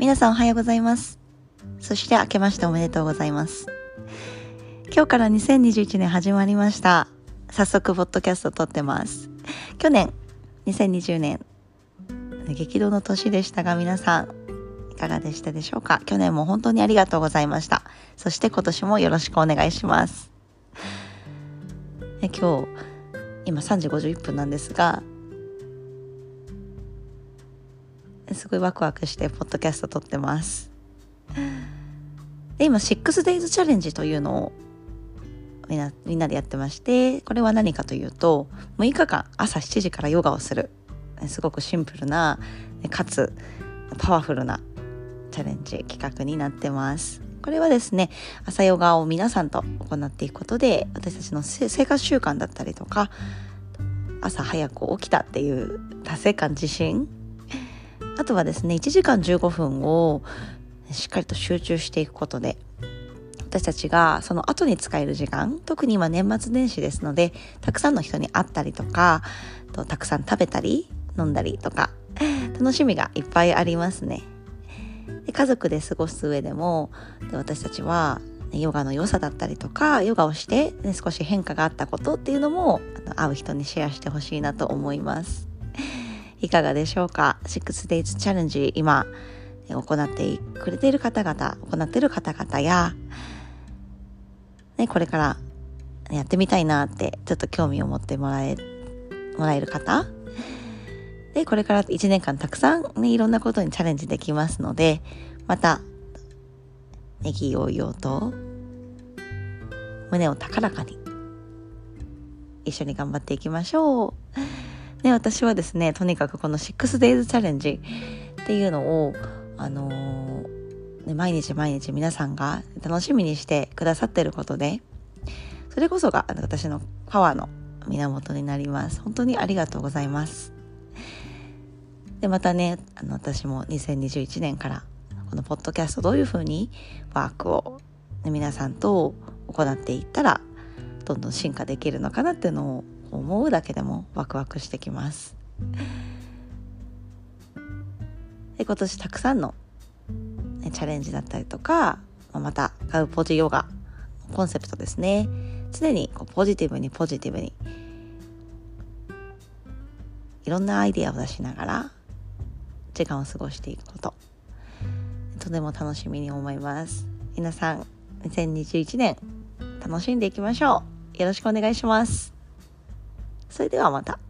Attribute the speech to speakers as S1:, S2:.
S1: 皆さんおはようございます。そして明けましておめでとうございます。今日から2021年始まりました。早速ポッドキャスト撮ってます。去年2020年激動の年でしたが、皆さんいかがでしたでしょうか。去年も本当にありがとうございました。そして今年もよろしくお願いします。今3時51分なんですが、すごいワクワクしてポッドキャスト撮ってます。で、今 6days チャレンジというのをみんなでやってまして、これは何かというと、6日間朝7時からヨガをする、すごくシンプルなかつパワフルなチャレンジ企画になってます。これはですね、朝ヨガを皆さんと行っていくことで、私たちの生活習慣だったりとか、朝早く起きたっていう達成感、自信、あとはですね、1時間15分をしっかりと集中していくことで、私たちがその後に使える時間、特に今年末年始ですので、たくさんの人に会ったりとか、たくさん食べたり飲んだりとか、楽しみがいっぱいありますね。で、家族で過ごす上でも、私たちはヨガの良さだったりとか、ヨガをして、少し変化があったことっていうのも会う人にシェアしてほしいなと思います。いかがでしょうか。6days チャレンジ、今行ってくれている方々、行っている方々や、これからやってみたいなってちょっと興味を持ってもらえる方で、これから1年間たくさん、いろんなことにチャレンジできますので、また意気揚々と胸を高らかに一緒に頑張っていきましょう。私はですね、とにかくこの 6days チャレンジっていうのを毎日皆さんが楽しみにしてくださっていることで、それこそが私のパワーの源になります。本当にありがとうございます。で、またね、私も2021年からこのポッドキャストどういう風にワークを、皆さんと行っていったらどんどん進化できるのかなっていうのを思うだけでもワクワクしてきます。で、今年たくさんのチャレンジだったりとか、またカウポジヨガコンセプトですね。常にポジティブにいろんなアイデアを出しながら時間を過ごしていくこと、とても楽しみに思います。皆さん2021年楽しんでいきましょう。よろしくお願いします。それではまた。